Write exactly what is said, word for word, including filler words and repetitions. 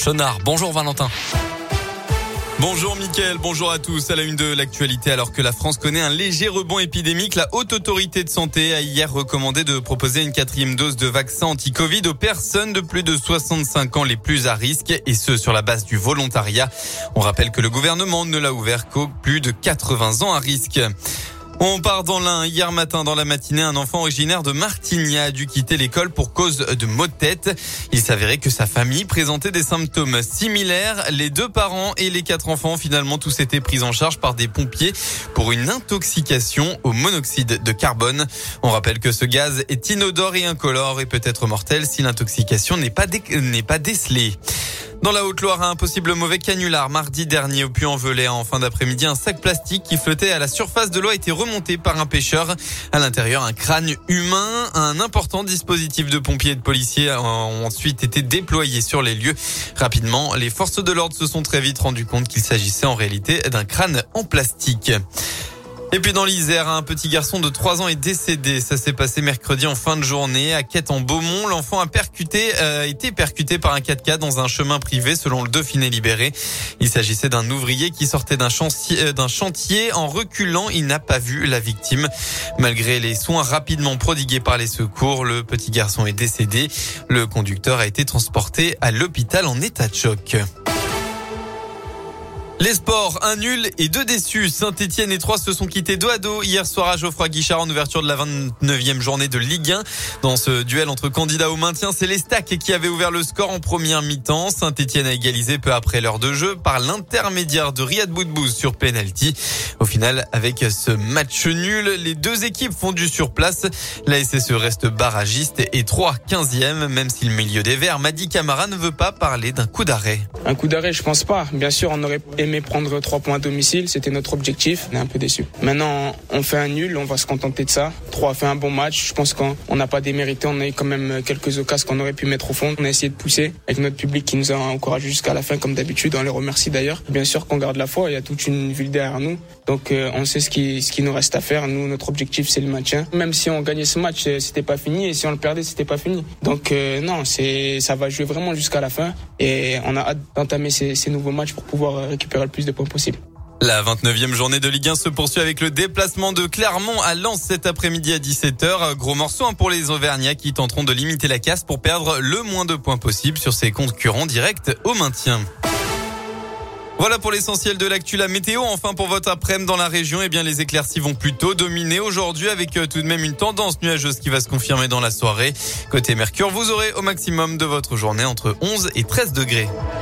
Chenard. Bonjour Valentin. Bonjour Mickaël, bonjour à tous. À la une de l'actualité, alors que la France connaît un léger rebond épidémique, la Haute Autorité de Santé a hier recommandé de proposer une quatrième dose de vaccin anti-Covid aux personnes de plus de soixante-cinq ans les plus à risque, et ce sur la base du volontariat. On rappelle que le gouvernement ne l'a ouvert qu'aux plus de quatre-vingts ans à risque. On part dans l'Ain. Hier matin, dans la matinée, un enfant originaire de Martigny a dû quitter l'école pour cause de maux de tête. Il s'avérait que sa famille présentait des symptômes similaires. Les deux parents et les quatre enfants ont finalement tous été pris en charge par des pompiers pour une intoxication au monoxyde de carbone. On rappelle que ce gaz est inodore et incolore et peut être mortel si l'intoxication n'est pas, dé- n'est pas décelée. Dans la Haute-Loire, un possible mauvais canular mardi dernier au Puy-en-Velay. En fin d'après-midi, un sac plastique qui flottait à la surface de l'eau a été remonté par un pêcheur. À l'intérieur, un crâne humain. Un important dispositif de pompiers et de policiers ont ensuite été déployés sur les lieux. Rapidement, les forces de l'ordre se sont très vite rendues compte qu'il s'agissait en réalité d'un crâne en plastique. Et puis dans l'Isère, un petit garçon de trois ans est décédé. Ça s'est passé mercredi en fin de journée à Quête-en-Beaumont. L'enfant a percuté, euh, été percuté par un quatre-quatre dans un chemin privé selon le Dauphiné libéré. Il s'agissait d'un ouvrier qui sortait d'un chantier, euh, d'un chantier. En reculant, il n'a pas vu la victime. Malgré les soins rapidement prodigués par les secours, le petit garçon est décédé. Le conducteur a été transporté à l'hôpital en état de choc. Les sports, un nul et deux déçus. Saint-Etienne et Troyes se sont quittés dos à dos hier soir à Geoffroy-Guichard en ouverture de la vingt-neuvième journée de Ligue un. Dans ce duel entre candidats au maintien, c'est les Stacks qui avaient ouvert le score en première mi-temps. Saint-Etienne a égalisé peu après l'heure de jeu par l'intermédiaire de Riyad Boudbouz sur penalty. Au final, avec ce match nul, les deux équipes font du surplace. La S S E reste barragiste et Troyes quinzième, même si le milieu des Verts, Madi Camara, ne veut pas parler d'un coup d'arrêt. Un coup d'arrêt, je pense pas. Bien sûr, on aurait aimé prendre trois points à domicile, c'était notre objectif. On est un peu déçus. Maintenant, on fait un nul, on va se contenter de ça. Troyes a fait un bon match. Je pense qu'on n'a pas démérité. On a eu quand même quelques occasions qu'on aurait pu mettre au fond. On a essayé de pousser avec notre public qui nous a encouragés jusqu'à la fin, comme d'habitude. On les remercie d'ailleurs. Bien sûr qu'on garde la foi. Il y a toute une ville derrière nous. Donc, euh, on sait ce qui, ce qui nous reste à faire. Nous, notre objectif, c'est le maintien. Même si on gagnait ce match, c'était pas fini. Et si on le perdait, c'était pas fini. Donc, euh, non, c'est, ça va jouer vraiment jusqu'à la fin. Et on a hâte d'entamer ces, ces nouveaux matchs pour pouvoir récupérer le plus de points possible. La vingt-neuvième journée de Ligue un se poursuit avec le déplacement de Clermont à Lens cet après-midi à dix-sept heures. Gros morceau pour les Auvergnats qui tenteront de limiter la casse pour perdre le moins de points possible sur ses concurrents directs au maintien. Voilà pour l'essentiel de l'actu. La météo, enfin pour votre après-midi dans la région, eh bien les éclaircies vont plutôt dominer aujourd'hui avec tout de même une tendance nuageuse qui va se confirmer dans la soirée. Côté Mercure, vous aurez au maximum de votre journée entre onze et treize degrés.